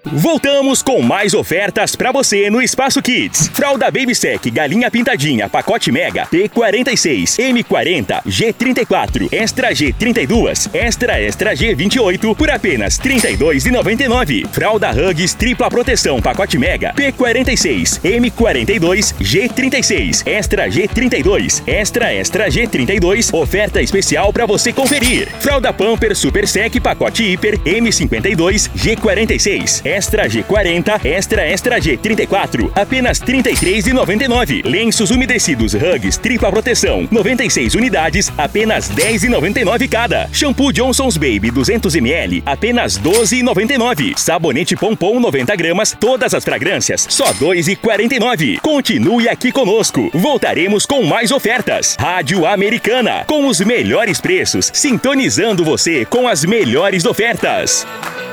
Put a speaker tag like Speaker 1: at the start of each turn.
Speaker 1: Voltamos com mais ofertas pra você no Espaço Kids. Fralda Baby Sec Galinha Pintadinha Pacote Mega P46, M40, G34, Extra G32, Extra G28 por apenas R$ 32,99. Fralda Huggies Tripla Proteção Pacote Mega P46, M42, G36, Extra G32, Extra G32. Oferta especial pra você conferir. Fralda Pampers Super Sec Pacote Hiper M52, G46, Extra G40, Extra G34, apenas R$ 33,99. Lenços umedecidos Huggies Tripla Proteção, 96 unidades, apenas R$ 10,99 cada. Shampoo Johnson's Baby 200ml, apenas R$ 12,99. Sabonete Pompom 90 gramas, todas as fragrâncias, só R$ 2,49. Continue aqui conosco. Voltaremos com mais ofertas. Rádio Americana, com os melhores preços, sintonizando você com as melhores ofertas.